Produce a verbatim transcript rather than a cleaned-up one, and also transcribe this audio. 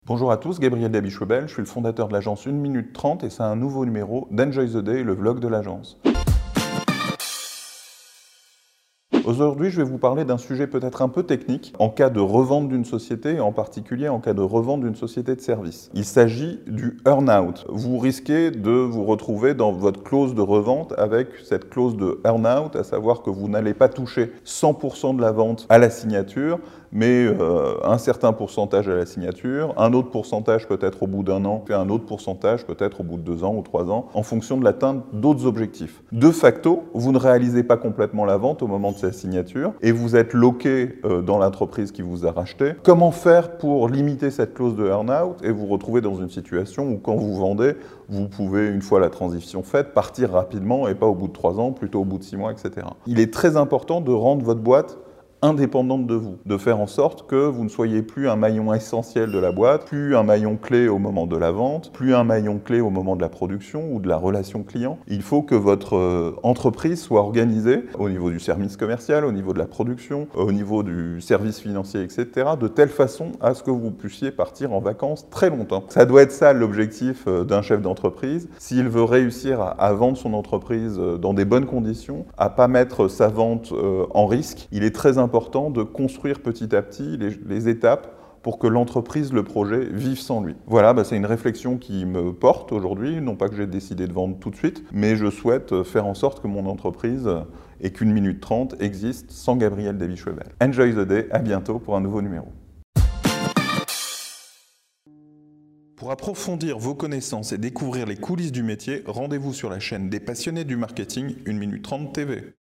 Bonjour à tous, Gabriel Dabichebel, je suis le fondateur de l'agence une minute trente et c'est un nouveau numéro d'Enjoy the Day, le vlog de l'agence. Aujourd'hui, je vais vous parler d'un sujet peut-être un peu technique en cas de revente d'une société et en particulier en cas de revente d'une société de service. Il s'agit du earn-out. Vous risquez de vous retrouver dans votre clause de revente avec cette clause de earn-out, à savoir que vous n'allez pas toucher cent pour cent de la vente à la signature, mais euh, un certain pourcentage à la signature, un autre pourcentage peut-être au bout d'un an, et un autre pourcentage peut-être au bout de deux ans ou trois ans, en fonction de l'atteinte d'autres objectifs. De facto, vous ne réalisez pas complètement la vente au moment de sa signature et vous êtes loqué euh, dans l'entreprise qui vous a racheté. Comment faire pour limiter cette clause de earn-out et vous retrouver dans une situation où quand vous vendez, vous pouvez, une fois la transition faite, partir rapidement et pas au bout de trois ans, plutôt au bout de six mois, et cetera. Il est très important de rendre votre boîte indépendante de vous, de faire en sorte que vous ne soyez plus un maillon essentiel de la boîte, plus un maillon clé au moment de la vente, plus un maillon clé au moment de la production ou de la relation client. Il faut que votre euh, entreprise soit organisée au niveau du service commercial, au niveau de la production, au niveau du service financier, et cetera, de telle façon à ce que vous puissiez partir en vacances très longtemps. Ça doit être ça l'objectif d'un chef d'entreprise. S'il veut réussir à, à vendre son entreprise dans des bonnes conditions, à pas mettre sa vente euh, en risque, il est très important important de construire petit à petit les, les étapes pour que l'entreprise, le projet, vive sans lui. Voilà, bah c'est une réflexion qui me porte aujourd'hui, non pas que j'ai décidé de vendre tout de suite, mais je souhaite faire en sorte que mon entreprise et qu'une minute trente existe sans Gabriel Dabichebel. Enjoy the day, à bientôt pour un nouveau numéro. Pour approfondir vos connaissances et découvrir les coulisses du métier, rendez-vous sur la chaîne des passionnés du marketing, une minute trente T V.